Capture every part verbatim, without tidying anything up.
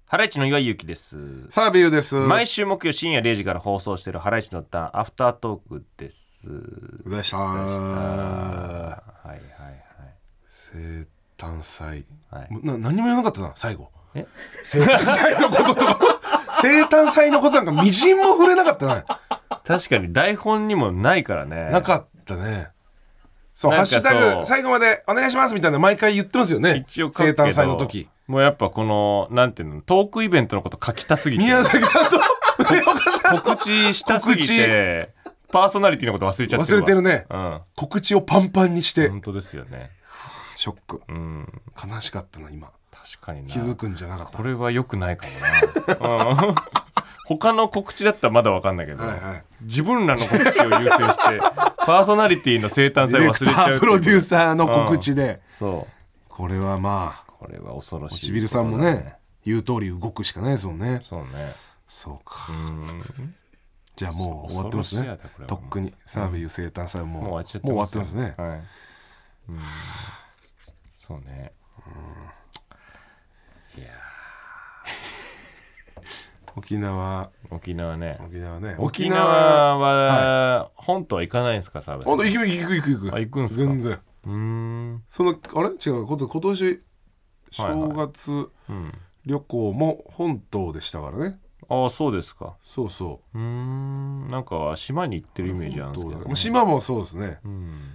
ハライチの岩井ゆきです。 澤部優です。 毎週木曜深夜れいじから放送しているハライチのターンアフタートークです。 うざしたー。 はいはいはい。 生誕祭、 はい、 な何も言わなかったな最後。 え生誕祭のこととか生誕祭のことなんかみじんも触れなかったね。 確かに台本にもないからね。 なかったね。そうハッシュタグ最後までお願いしますみたいな毎回言ってますよね。 一応生誕祭の時もうやっぱこのなんていうのトークイベントのこと書きたすぎて宮崎さんと告知したすぎてパーソナリティのこと忘れちゃってるわ。 忘れてるね、 うん、 告知をパンパンにして。 本当ですよね。 ショック、うん、悲しかったな今。 確かにな。 気づくんじゃなかった。 これは良くないかもな、うん、他の告知だったらまだ分かんないけど、はいはい、自分らの告知を優先してパーソナリティの生誕祭忘れちゃう。ディレクタープロデューサーの告知で、うん、 そうこれはまあこれは恐ろしい、ね、 ちびるさんもね言う通り動くしかないですもんね。 そうね。 そうか。うんじゃあもう終わってますね。とっくに澤部優生誕祭も、うん、もう終わってますね。はい、 うん、そうね、うん、いや沖縄沖縄ね沖縄ね沖縄は本島は行かないんですか澤部。 本当行く行く行く行く。 あ行くんすか。 全然。 うーんそのあれ違う今年正月旅行も本島でしたからね。 ああそうですか。 そうそう。 うーんなんか島に行ってるイメージあるんですけど、ね、 島もそうですね。 うん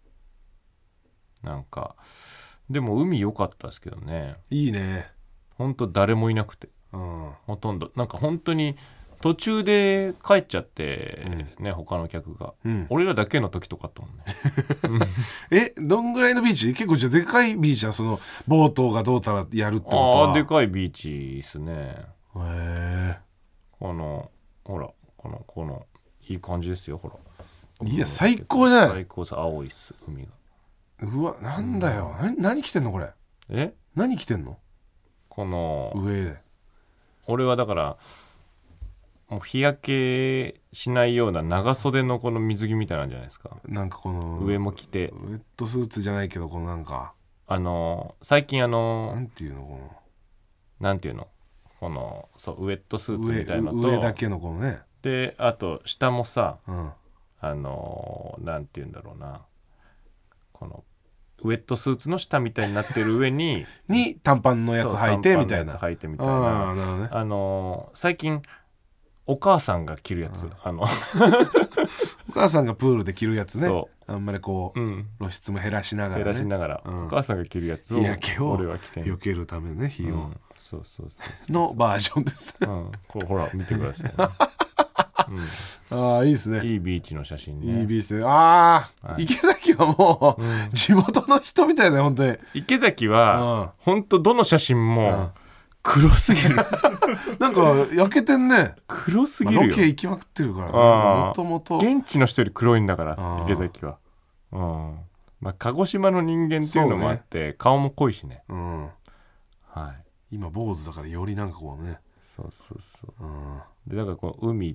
なんかでも海良かったですけどね。 いいね。 ほんと誰もいなくて、うん、ほとんどなんか本当に途中で帰っちゃって、うん、ね他の客が、うん、俺らだけの時とかあったもんねえどんぐらいのビーチ？結構じゃでかいビーチはそのボートがどうたらやるってことは。 ああでかいビーチですね。へえこのほらこのこのいい感じですよほら。 いや最高じゃない。 最高さ青いっす海が。 うわなんだよ、うん、な何着てんのこれ。 え何着てんのこの上で。 俺はだからもう日焼けしないような長袖のこの水着みたいなんじゃないですか。 なんかこの上も着てウェットスーツじゃないけどこのなんかあの最近あのなんていうのこのなんていうのこのそうウェットスーツみたいなのと上, 上だけのこのねであと下もさ、 うん、 あのなんていうんだろうなこのウェットスーツの下みたいになってる上にに短パンのやつ履いてみたいな。 履いてみたいな。あ、なるほどね。あの最近お母さんが着るやつ、あのお母さんがプールで着るやつね。あんまりこう、うん、露出も減らしながら、ね、 減らしながら、うん、お母さんが着るやつを日焼けを俺は着て避けるためね火を、うん、 そうそうそうそうのバージョンです、 うん、これほら見てください、ねうん、ああいいですね。 いいビーチの写真ね。 いいビーチで、ああ、はい、池崎はもう、うん、地元の人みたいだよ本当に。 池崎は本当どの写真も黒すぎるなんか焼けてんね。 黒すぎるよ、 まあ、ロケ行きまくってるからね。もともと現地の人より黒いんだから池崎は、うんまあ、鹿児島の人間っていうのもあって、ね、顔も濃いしね、うんはい、今坊主だからよりなんかこうね。 そうそうそう、うん、でだからこう海行って、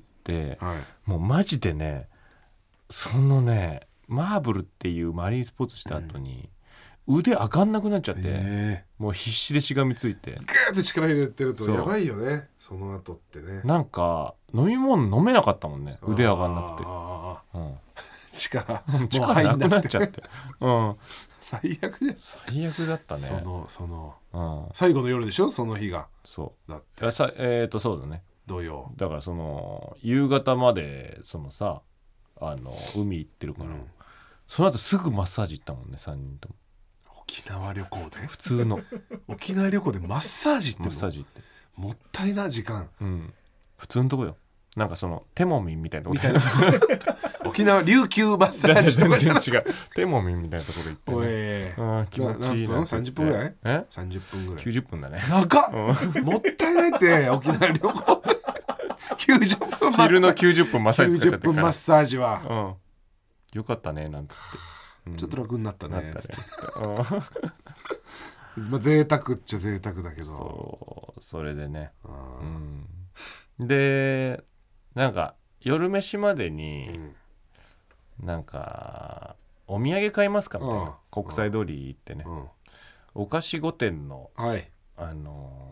はい、もうマジでねそのねマーブルっていうマリンスポーツした後に、うん、腕上がんなくなっちゃって、えー、もう必死でしがみついてグーって力入れてるとやばいよね。その後ってねなんか飲み物飲めなかったもんね腕上がんなくて、あ、 うん、力力なくなっちゃって、うん、 最悪で最悪だったね。 そのその、うん、最後の夜でしょその日が。 そうだってさえっ、ー、とそうだね同様だからその夕方までそのさあの海行ってるから、うん、その後すぐマッサージ行ったもんねさんにんとも。 沖縄旅行で普通の沖縄旅行でマッサージってマッサージ行ってもったいな時間、 うん、普通のとこよ。なんかそのテモミンみたいなとこみたいな沖縄琉球マッサージとか全然違うテモミンみたいなところ行ってね、おえー、 気持ちいいな。さんじゅっぷんぐらいえさんじゅっぷんぐらいきゅうじゅっぷんだね長っ、うん、もったいないって沖縄旅行きゅうじゅっぷん昼のきゅうじゅっぷんマッサージ使っちゃってきゅうじゅっぷんマッサージは、 うん、よかったねなんつって、 うん、ちょっと楽になったねなったねまあ贅沢っちゃ贅沢だけどそうそれでね、うん、でなんか夜飯までに、うん、なんかお土産買いますかみたいな、うん、国際通り行ってね、うん、お菓子御殿の、 はい、 あのベ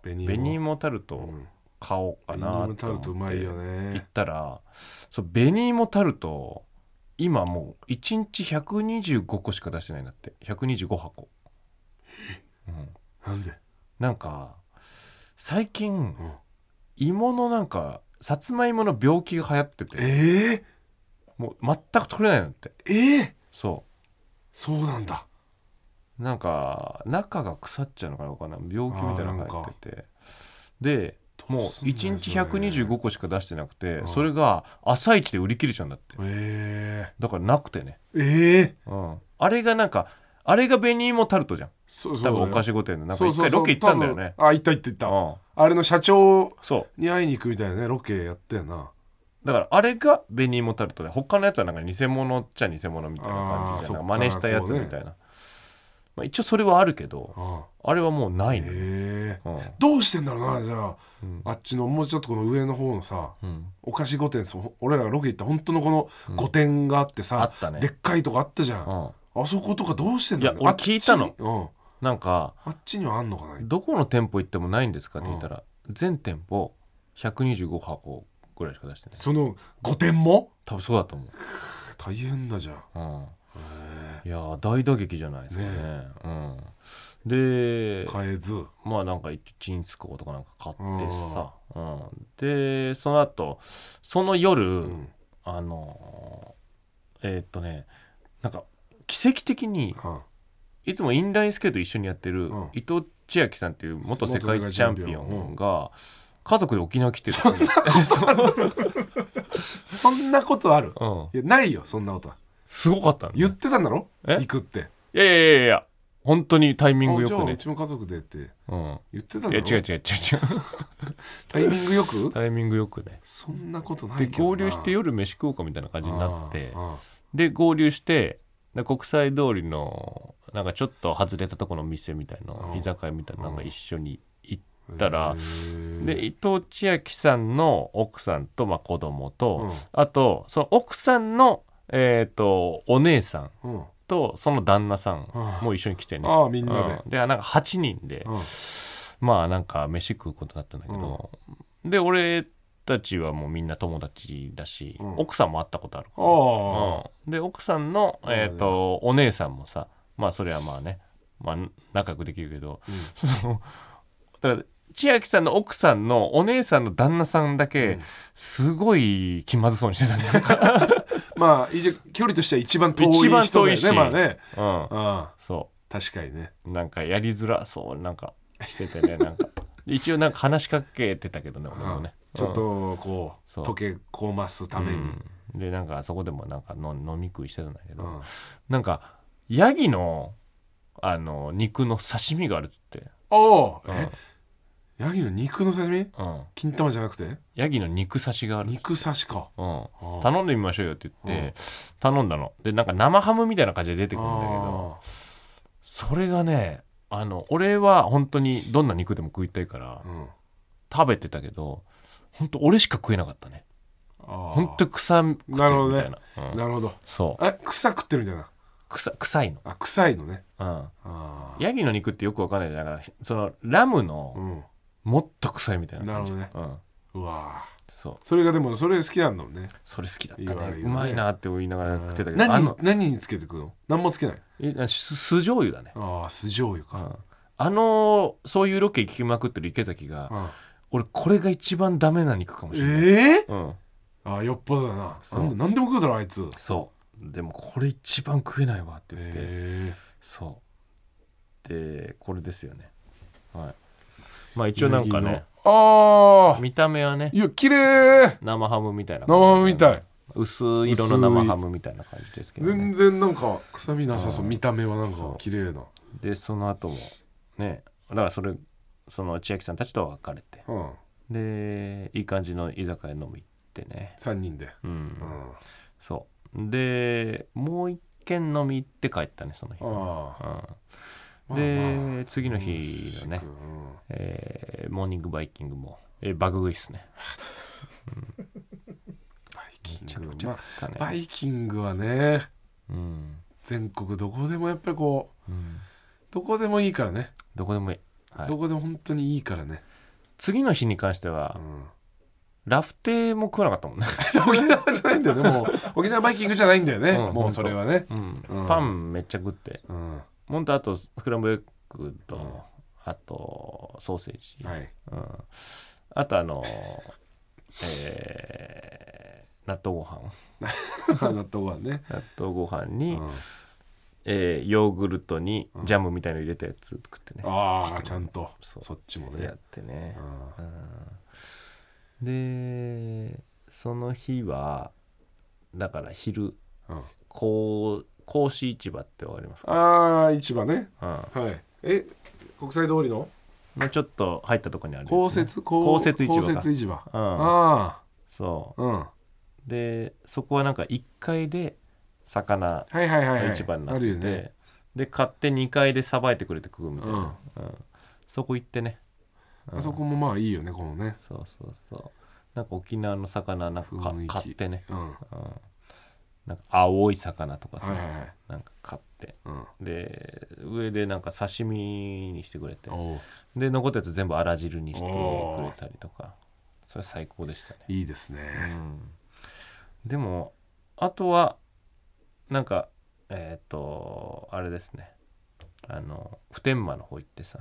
紅芋タルト買おうかなと思って行ったら、そう紅芋タルト今もういちにちひゃくにじゅうごこしか出してないんだって。ひゃくにじゅうごはこ、 うん、なんでなんか最近、うん、芋のなんかさつまいもの病気が流行ってて、 えー、もう全く取れないんだって。 えー、 そうそうなんだ。 なんか中が腐っちゃうのかな、かな病気みたいなのが入ってて、でもういちにちひゃくにじゅうごこしか出してなくて、それが朝一で売り切れちゃうんだって。 えー、だからなくてね、 えーうん、あれがなんかあれが紅芋タルトじゃん。そうそう、多分お菓子御殿のなんか一回ロケ行ったんだよね。 あ、行った行った行った、うん、あれの社長に会いに行くみたいなねロケやったよな。 だからあれが紅芋タルトで、他のやつはなんか偽物っちゃ偽物みたいな感じじゃん、真似したやつみたいな、ね、まあ、一応それはあるけど、あ, あれはもうないのよ、 えーうん、どうしてんだろうな。じゃあ、うん、あっちのもうちょっとこの上の方のさ、うん、お菓子御殿、俺らがロケ行った本当のこの御殿があってさ、うん、あったね、でっかいとこあったじゃん、うん、あそことかどうしてんだろう。 いや俺聞いたの、うん、なんかあっちにはあんのかな。 どこの店舗行ってもないんですかって言ったら、うん、全店舗ひゃくにじゅうごはこぐらいしか出してない。 その御殿も多分そうだと思う。 大変だじゃん、うん、 いや大打撃じゃないですか ね, ね、うん、で買えずまあなんかチンスコーとかなんか買ってさ、うん、でその後その夜、うん、あのえー、っとねなんか奇跡的に、はあ、いつもインラインスケート一緒にやってる、はあ、伊藤千秋さんっていう元世界チャンピオンが家族で沖縄来てる。 そんなことある、うん、いやないよそんなことは。 すごかったんだ、ね、 言ってたんだろ行くって。 いやいやいやいや本当にタイミングよくね。じゃあうちも家族でって、うん、言ってたんだろ。 いや違う違う違う違うタイミングよくタイミングよくね。 そんなことないけどな。 で合流して夜飯食おうかみたいな感じになって、で合流して国際通りのなんかちょっと外れたところの店みたいな居酒屋みたいなのが一緒に行ったら、で伊藤千秋さんの奥さんとまあ子供と、うん、あとその奥さんの、えー、とお姉さんとその旦那さんも一緒に来てね、 ああみんなで、 うん、でなんかはちにんで、うん、まあなんか飯食うことだったんだけど、うん、で俺たちはもうみんな友達だし、うん、奥さんも会ったことあるから、うん、で奥さんの、えー、とお姉さんもさ、まあそれはまあね、まあ、仲良くできるけど、うん、そのだから千秋さんの奥さんのお姉さんの旦那さんだけすごい気まずそうにしてたね。 まあ距離としては一番遠い人だよね。一番遠いし、まあね、うん、 あそう確かにね。 なんかやりづらそうなんかしててね、なんか一応なんか話しかけてたけどね俺もね、 ちょっとこう、うん、溶け込ますために、 うん、でなんかそこでもなんかの飲み食いしてたんだけど、うん、なんかヤギのあの肉の刺身があるっつって。 おお、うん、えヤギの肉の刺身、うん、金玉じゃなくてヤギの肉刺しがある。 肉刺しか、 うん、頼んでみましょうよって言って、うん、頼んだのでなんか生ハムみたいな感じで出てくるんだけど、それがねあの俺は本当にどんな肉でも食いたいから、うん、食べてたけど本当俺しか食えなかったね。本当臭くてみたいな。なるほどね、 うん、なるほど。 そうえ臭くってるみたいな。 臭, 臭いの。 あ臭いのね、 うん、あヤギの肉ってよく分かんないじゃん。だからそのラムの、うんもっと臭いみたいな感じ。なるほどね、 うん、うわそうそれがでもそれ好きなんだもんね。 それ好きだったね。うまいなって言いながら食ってたけど、 何, あの何につけてくの？何もつけない。 え酢, 酢醤油だね。 ああ酢醤油か、うん、 あのそういうロケ行きまくってる池崎が、うん、俺これが一番ダメな肉かもしれない。 えーうん、ああよっぽどだな。そう何でも食うだろあいつ。 そうでもこれ一番食えないわって言って、えー、そうでこれですよね。はいまあ一応なんかねあ見た目はねいや綺麗生ハムみたいな生ハムみたい薄い色の生ハムみたいな感じですけど、ね、 全然なんか臭みなさそう。見た目はなんか綺麗な。 でその後もねだからそれその千秋さんたちと別れて、うん、でいい感じの居酒屋飲み行ってねさんにんで、うんうん、 そうでもう一軒飲み行って帰ったねその日。あで、まあまあ、次の日のね、うんえー、モーニングバイキングも、えー、爆食いっすね。 うん、バイキング、まあ、バイキングはね、うん、全国どこでもやっぱりこう、うん、どこでもいいからね。 どこでもいい、 はい、どこでも本当にいいからね。 次の日に関しては、うん、ラフテーも食わなかったもんね沖縄じゃないんだよねもう沖縄バイキングじゃないんだよね、うん、もうそれはね、 うんうん、パンめっちゃ食って、うん、ほんとあとスクランブルエッグと、うん、あとソーセージ、はいうん、あとあのえー、納豆ご飯納豆ご飯ね納豆ご飯に、うんえー、ヨーグルトにジャムみたいの入れたやつ食ってね、 うん、ああちゃんと そ, そっちもねやってね、うん、でその日はだから昼、うん、こう甲子市場ってわかりますか？ ああ市場ね、うん、はいえ国際通りののちょっと入ったところにある、ね、 公設公設市場か公設市場、うん、 ああそう、うん、でそこはなんかいっかいで魚の市場になってて、はいはいはいはいね、で買ってにかいでさばいてくれて食うみたいな、うんうん、そこ行ってね、 うん、あそこもまあいいよねこのねそうそうそうなんか沖縄の魚なんか買ってね、うんうん、なんか青い魚とかさ、はいはいはい、なんか買って、うん、で上でなんか刺身にしてくれてで残ったやつ全部あら汁にしてくれたりとかそれ最高でしたねいいですね、 うん、でもあとはなんかえっ、ー、とあれですねあの普天間の方行ってさ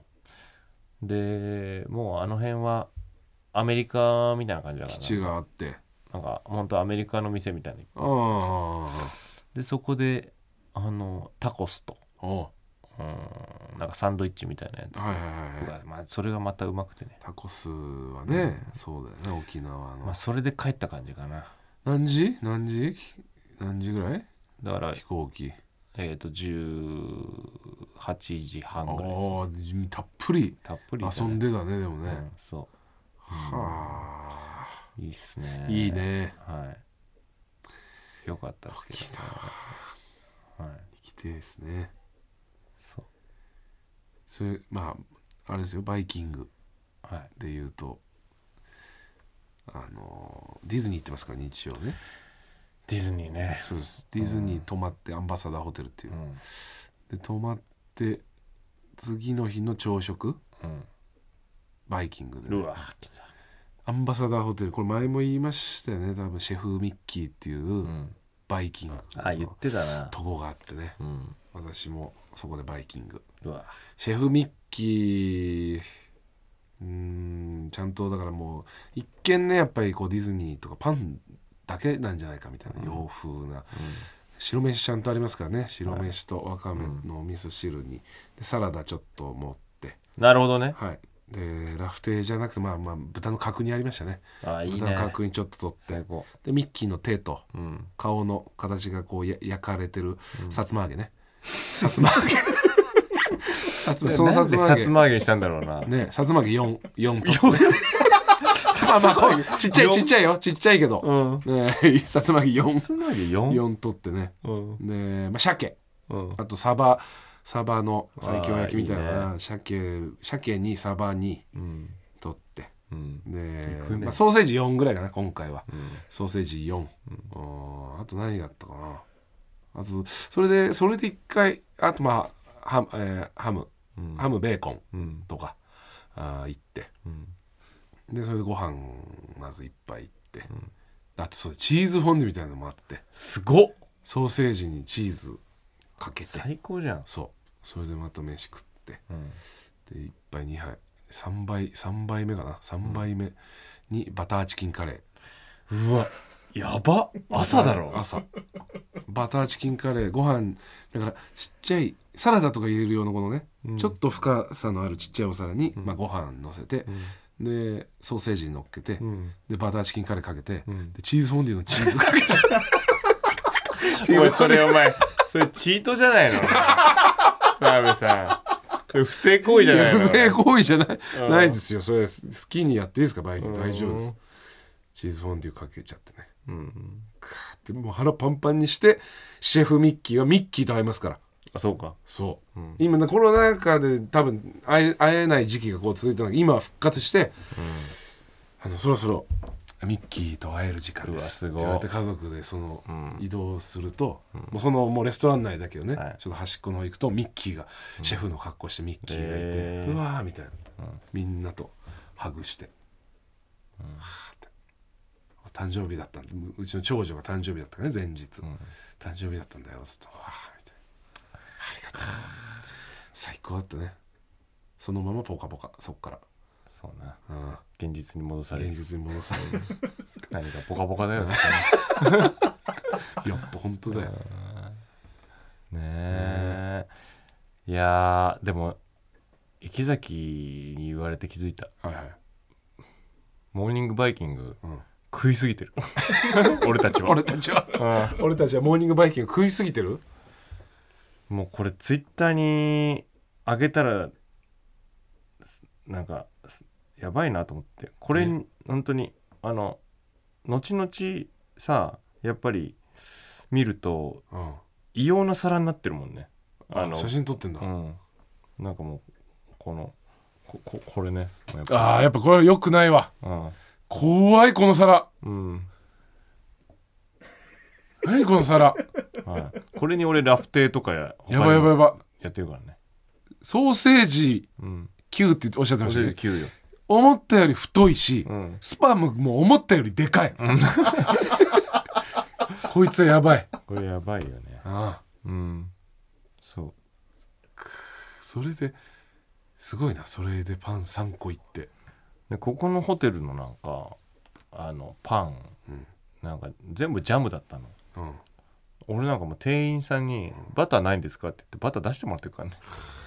でもうあの辺はアメリカみたいな感じだから基地があってなんか本当アメリカの店みたいにあでそこであのタコスとうんなんかサンドイッチみたいなやつ、はいはいはい、まあ、それがまたうまくてねタコスはね、うん、そうだよね沖縄の、 まあ、それで帰った感じかな何時何時何時ぐらいだから飛行機えっ、ー、とじゅうはちじはんぐらいです、 ね、たっぷりたっぷり遊んでたねでもね、うん、 そうはあいいっすねいいねはいよかったですけど、ね、 はい行きてえですねそうそれまああれですよバイキングでいうと、はい、あのディズニー行ってますから日曜ねディズニーねそうですディズニー泊まってアンバサダーホテルっていう、うん、で泊まって次の日の朝食、うん、バイキングで、ね、 うわ来たアンバサダーホテルこれ前も言いましたよね多分シェフミッキーっていうバイキングあ言ってたなとこがあってね、うん、私もそこでバイキングうわシェフミッキーうーんちゃんとだからもう一見ねやっぱりこうディズニーとかパンだけなんじゃないかみたいな洋風な、うん、白飯ちゃんとありますからね白飯とわかめのお味噌汁にでサラダちょっと持ってなるほどねはいでラフテーじゃなくてまあまあ豚の角煮ありましたねあいいね豚の角煮ちょっと取ってでミッキーの手と顔の形がこうや焼かれてるさつま揚げね、うん、さつま揚げさつそのさつま揚げさつま揚げにしたんだろうなねさつま揚げよん、よんとまあまあちっちゃいちっちゃいよちっちゃいけど、うんね、さつま揚げよんさつま揚げ よん? よん取ってね、うん、で、まあ、鮭、うん、あとサバサバの西京焼きみたいな、ね、鮭鮭にサバに取って、うん、で、ねまあ、ソーセージよんぐらいかな今回は、うん、ソーセージよん、うん、あと何があったかなあとそれでそれで一回あとまあハム、えー、ハム、うん、ハムベーコンとか、うん、あ行って、うん、でそれでご飯まずいっぱい行って、うん、あとそうチーズフォンデュみたいなのもあってすごっソーセージにチーズかけて最高じゃんそうそれでまた飯食って、うん、でいっぱいにはいさんばいさんばいめかなさんばいめにバターチキンカレー、うわやば朝だろ朝バターチキンカレーご飯だからちっちゃいサラダとか入れる用のこのね、うん、ちょっと深さのあるちっちゃいお皿に、うんまあ、ご飯乗せて、うん、でソーセージに乗っけて、うん、でバターチキンカレーかけて、うん、でチーズフォンデュのチーズかけちゃうおいそれお前それチートじゃないの澤部さんそれ不正行為じゃないの不正行為じゃない、うん、ないですよそれ好きにやっていいですかバイキング大丈夫ですチーズフォンデュかけちゃってね、うん、カーってもう腹パンパンにしてシェフミッキーはミッキーと会いますからあそうかそう、うん、今コロナ禍で多分会え、会えない時期がこう続いたのが今は復活して、うん、あのそろそろミッキーと会える時間ですって言われて家族でその移動すると、うん、もうそのもうレストラン内だけどね、はい、ちょっと端っこの方行くとミッキーがシェフの格好してミッキーがいて、うん、うわーみたいな、うん、みんなとハグして、うん、誕生日だったんで、うちの長女が誕生日だったからね前日、うん、誕生日だったんだよつって、わーみたいな、ありがとう最高だったね。そのままポカポカ、そっからそうな、 うん、 現実に戻される、 現実に戻される何かポカポカだよやっぱ本当だよねえ、うん、いやでも池崎に言われて気づいた、はいはい、モーニングバイキング、うん、食いすぎてる俺たちは俺たちは、うん、俺たちはモーニングバイキング食いすぎてる。 もうこれツイッターに上げたらなんかやばいなと思って、これに本当にあの後々さやっぱり見ると、うん、異様な皿になってるもんね。 あの写真撮ってんだ、 うん、なんかもうこの こ, こ, これねやっぱあやっぱこれ良くないわ、うん、怖いこの皿、うん、何この皿、 はい、これに俺ラフテーとかややばいやばいやばやってるからね。 ソーセージきゅうっておっしゃってましたね。 きゅうよ。 思ったより太いし、うん、スパムも思ったよりでかい、うん、こいつはやばい。 これやばいよね。ああ、うん、そうそれですごいな。それでパンさんこいってでここのホテルのなんかあのパン、うん、なんか全部ジャムだったの、うん、俺なんかもう店員さんに、うん、バターないんですかって言ってバター出してもらってるからね。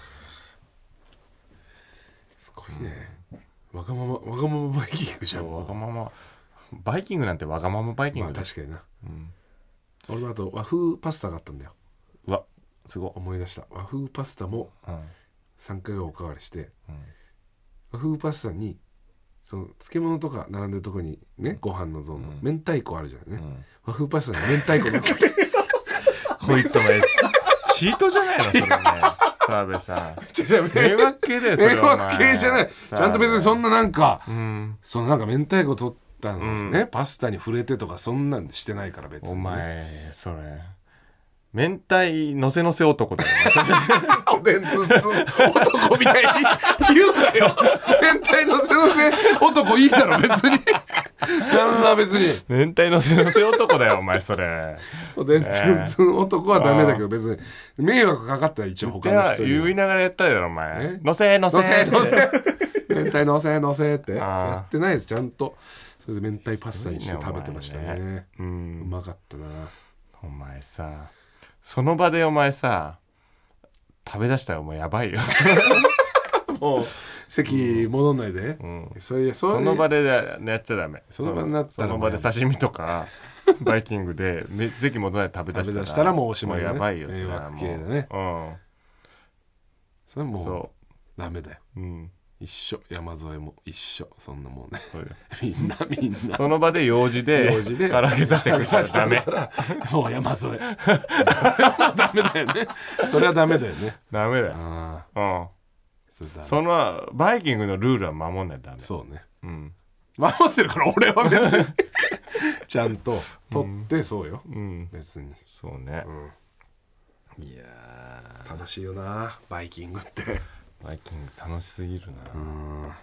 すごいね、うん、わがままわがままバイキングじゃん。 わがままバイキングなんてわがままバイキングだ、 まあ、確かにな、うん、俺もあと和風パスタがあったんだよ。 うわすごい思い出した。和風パスタもさんかいおかわりして、うん、和風パスタにその漬物とか並んでるとこにね、ご飯のゾーンの明太子あるじゃないね、うん、和風パスタに明太子のっけてこいつもチートじゃないのそれね澤部さん迷惑系だよそれ。 迷惑系じゃない。ちゃんと別にそんななんか、うん、そのなんか明太子取ったのですね、うん、パスタに触れてとかそんなんしてないから別に、ね、 お前それ明太のせのせ男だよねおでんつんつん男みたいに言うなよ。明太のせのせ男いいだろ別になんだ別に明太のせのせ男だよお前それ。 おでんつんつん男はダメだけど別に迷惑かかったら一応他の人に言いながらやったよお前。のせのせのせ明太のせのせってやってないです。ちゃんとそれで明太パスタにして食べてましたね。ね、うん、うまかったな。 お前さその場でお前さ食べ出したらもうやばいよもう席戻んないで、うん、 そ, れその場でやっちゃダメ。 その場になったらその場で刺身とかバイキングで席戻らないで食べ出したら食べ出したらもうおしまいだね。 やばいよそれはもう迷惑系だね、うん、それはもうダメだよ、うん、一緒。山添も一緒。そんなもんねみんなみんなその場で用事で用事で唐揚げさせてくれたらダメもう山添それはダメだよね。それはダメだよね。 ダメだよ。あ、うん、そ, そのバイキングのルールは守んないとダメ。 そうね、うん、守ってるから俺は別にちゃんと取ってそうよ、うん、別にそうね、 うん、いや楽しいよなバイキングって。 バイキング楽しすぎるな。うん、うん、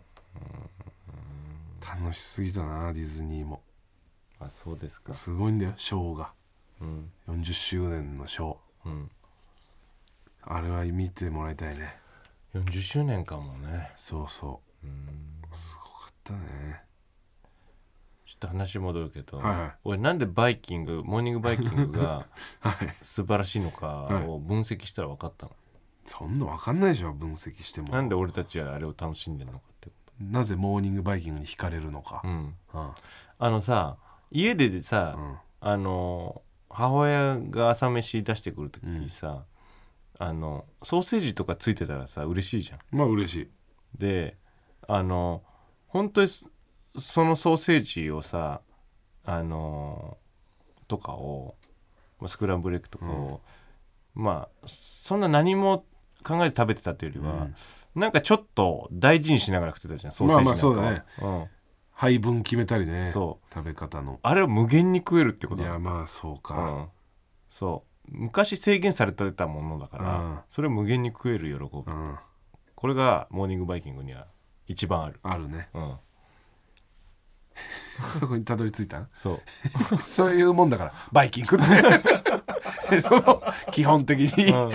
楽しすぎたなディズニーも。 あ、そうですか。 すごいんだよショーが、うん、よんじゅっしゅうねんのショー、うん、あれは見てもらいたいね。 よんじゅっしゅうねんかもね。 そうそう、うん、すごかったね。 ちょっと話戻るけど、はいはい、俺なんでバイキングモーニングバイキングが素晴らしいのかを分析したら分かったの。 そんな分かんないでしょ分析しても。 なんで俺たちはあれを楽しんでるのかってこと。 なぜモーニングバイキングに惹かれるのか、うん、 あ, あのさ家でさ、うん、あの母親が朝飯出してくるときにさ、うん、あのソーセージとかついてたらさ嬉しいじゃん。 まあ嬉しい。 であの本当にそのソーセージをさあのとかをスクランブルエッグとかを、うん、まあそんな何も考えて食べてたというよりは、うん、なんかちょっと大事にしながら食ってたじゃんソーセージなんか。まあまあそうだね、うん、配分決めたりね。そう食べ方のあれを無限に食えるってこと。 いやまあそうか、うん、 そう昔制限されてたものだから、うん、それを無限に食える喜び、うん、これがモーニングバイキングには一番あるあるね、 うん、 そこにたどり着いたそうそういうもんだからバイキングってその基本的に、うん、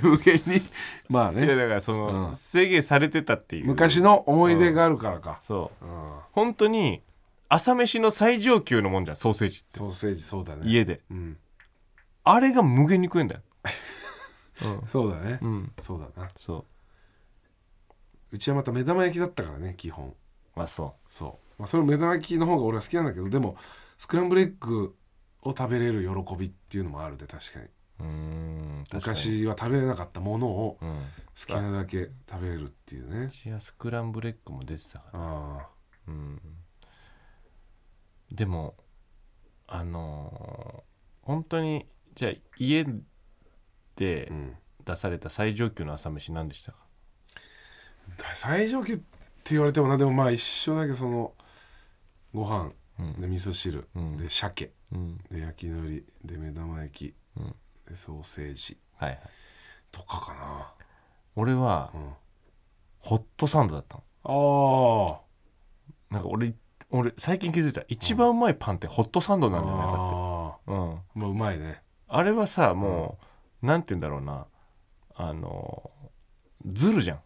無限にまあね、 いやだからその、うん、制限されてたっていう昔の思い出があるからか、うん、 そう、うん、本当に朝飯の最上級のもんじゃんソーセージってソーセージそうだね家で、 うん、 あれが無限に食えんだよ、 うん、そうだね、うん、そうだなそううちはまた目玉焼きだったからね基本あそうそう、まあ、それ目玉焼きの方が俺は好きなんだけどでもスクランブルエッグを食べれる喜びっていうのもあるで確かにうーん昔は食べれなかったものを好きなだけ食べれるっていうね、 うちはスクランブルエッグも出てたから、あ、うん、でもあのー、本当にじゃあ家で出された最上級の朝飯何でしたか、 うん、最上級って言われてもなでもまあ一緒だけどそのご飯で味噌汁、うん、で鮭、うん、で焼き海苔で目玉焼き、うん、でソーセージ、はいはい、とかかな。 俺は、うん、ホットサンドだったの。ああなんか俺俺最近気づいた一番うまいパンってホットサンドなんじゃないかって、 うん、まあうまいねあれはさもう、うん、なんて言うんだろうなあのズルじゃん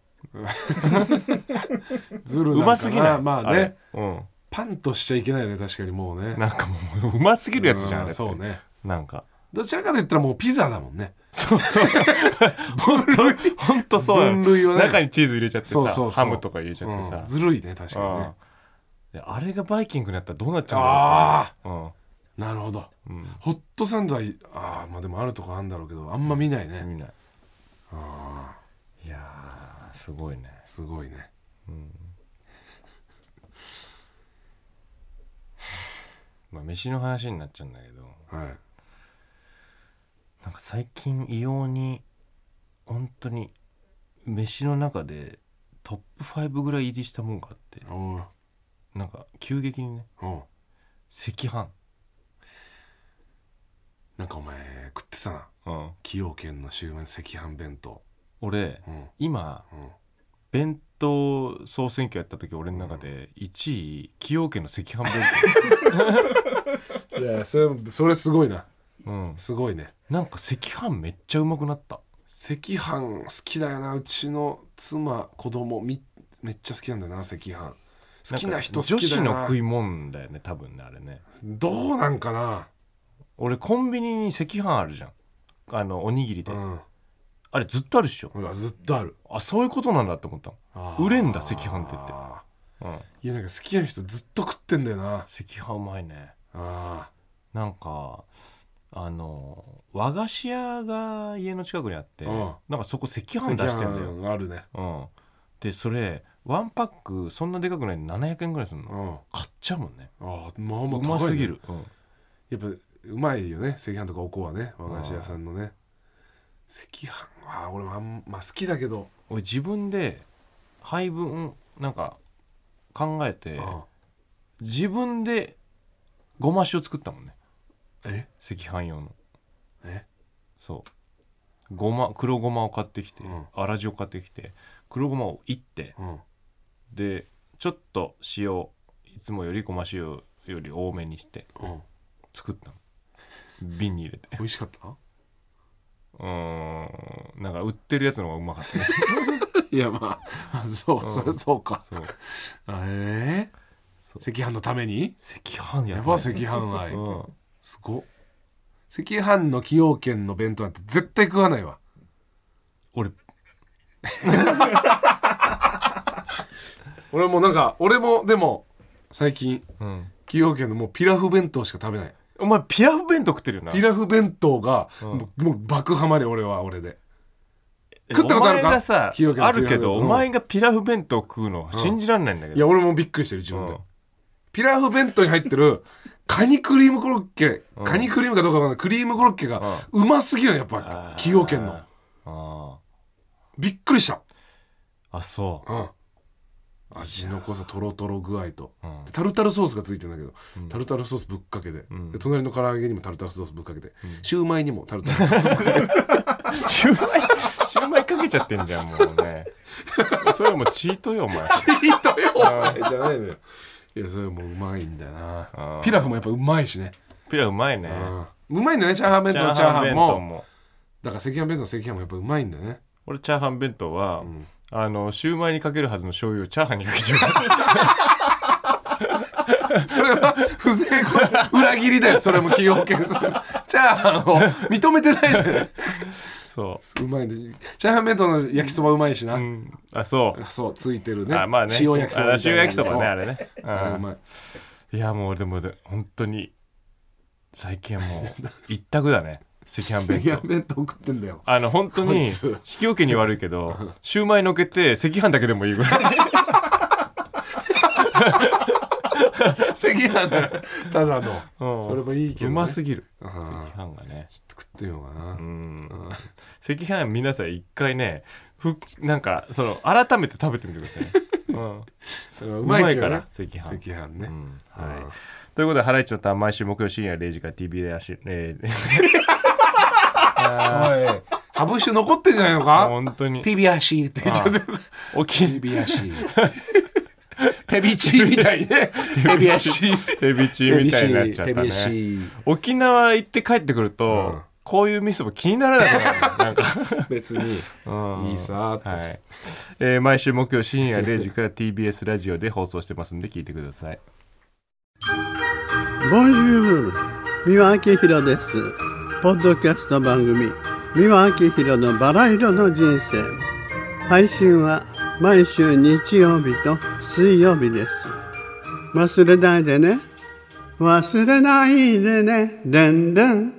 ズルなんかなうますぎないまあね、うん、パンとしちゃいけないよね確かにもうねなんかもううますぎるやつじゃん、うん、あれってそうねなんかどちらかと言ったらもうピザだもんねそうそう本当本当そうなの、分類をね、中にチーズ入れちゃってさそうそうそうハムとか入れちゃってさ、 うん、ずるいね確かにね、 あ, あれがバイキングになったらどうなっちゃうんだろうああ、うん、なるほど、うん、ホットサンドはあまあでもあるとこあるんだろうけどあんま見ないね、 見ないあいやすごいねすごいね、うんまあ、飯の話になっちゃうんだけど、はい、なんか最近異様に本当に飯の中でトップファイブぐらい入りしたもんがあってなんか急激にね赤飯なんかお前食ってたな、うん、崎陽軒のシウマイ赤飯弁当俺、うん、今、うん、弁当総選挙やった時俺の中でいちい崎陽軒の赤飯弁当いやそれそれすごいな、うん、すごいねなんか赤飯めっちゃうまくなった赤飯好きだよなうちの妻子供みめっちゃ好きなんだよな赤飯好きな人好きだよな女子の食い物だよね多分ねあれねどうなんかな俺コンビニに赤飯あるじゃんあのおにぎりで、うん、あれずっとあるっしょずっとあるあそういうことなんだって思ったの売れんだ赤飯って言って、 うん、いやなんか好きな人ずっと食ってんだよな赤飯うまいねあなんかあの和菓子屋が家の近くにあって、うん、なんかそこ赤飯出してんだよあるね、 うん、でそれワンパックそんなでかくないのななひゃくえんぐらいするの、うん、買っちゃうもんねあまあまあ高いね、 うますぎる、うん、 やっぱうまいよね赤飯とかおこわね和菓子屋さんのね赤飯は俺もあんまあ好きだけど俺自分で配分なんか考えて自分でごま塩作ったもんねえ赤飯用のえそうごま黒ごまを買ってきて、うん、粗塩買ってきて黒ごまをいって、うん、でちょっと塩いつもよりごま塩より多めにして、うん、作ったの瓶に入れて美味しかったうーんなんか売ってるやつの方がうまかったですいやまあそう、うん、それそうかそうえー、赤飯のために赤飯やばい、 やば赤飯愛、うん、すごっ赤飯の崎陽軒の弁当なんて絶対食わないわ俺俺もなんか俺もでも最近崎陽軒のもうピラフ弁当しか食べない。 お前ピラフ弁当食ってるよな。 ピラフ弁当が、うん、もうもう爆ハマり俺は俺で食ったことあるか。 お前がさあるけど、うん、お前がピラフ弁当食うの信じられないんだけど、 うん、いや俺もびっくりしてる自分で、うん、ピラフ弁当に入ってるカニクリームコロッケ、うん、カニクリームかどうかわかんないクリームコロッケがうますぎるのやっぱ崎陽軒のあびっくりした。 あそう、うん、 味の濃さトロトロ具合と、うん、タルタルソースがついてるんだけど、うん、タルタルソースぶっかけて、うん、で隣の唐揚げにもタルタルソースぶっかけて、うん、シューマイにもタルタルソースかけてシューマイシュー前前かけちゃってんじゃんもうねそれはもうチートよお前チートよお前じゃないのよ。いやそれもううまいんだよな。ピラフもやっぱうまいしね。 ピラフうまいね。 うまいんだね。チャーハン弁当のチャーハンも。 チャーハン弁当もだから赤飯弁当赤飯もやっぱうまいんだね。 俺チャーハン弁当は、うん、あのシューマイにかけるはずの醤油をチャーハンにかけちゃうそれは不正裏切りだよ。それも崎陽軒さんチャーハンを認めてないじゃない。そううまいんでチャーハン弁当の焼きそばうまいしな、うん、 あそうそうついてるね。 あ、まあ、ね塩焼きそばみたいな。 塩焼きそばねあれね。 あうまい。 いやもうでも本当に最近はもう一択だね。赤飯弁当赤飯弁当食ってんだよ。 あの本当に引き分けに悪いけどシューマイのけて赤飯だけでもいいぐらい赤飯だただの、うん、それもいいけど、ね、 うますぎる赤飯がね。 ちょっと食ってみようかな。うん、 赤飯皆さん一回ねふなんかその改めて食べてみてください、うん、うまいから赤飯赤飯ね、うん、 はい、ということでハライチのターン毎週木曜深夜れいじから ティービーエス えーおいハブ酒残ってんじゃないのか。 本当にティービーエス って言っちゃってる。 おきティービーエス 手びちみたいね。手びち手びちみたいになっちゃったね。沖縄行って帰ってくると、うん、こういうミスも気にならないなんか別に、うん、いいさって、 はいえー、毎週木曜深夜れいじから ティービーエス ラジオで放送してますんで聞いてください。 ボンジュール三輪明宏です。ポッドキャスト番組三輪明宏のバラ色の人生、配信は毎週日曜日と水曜日です。忘れないでね忘れないでねでんでん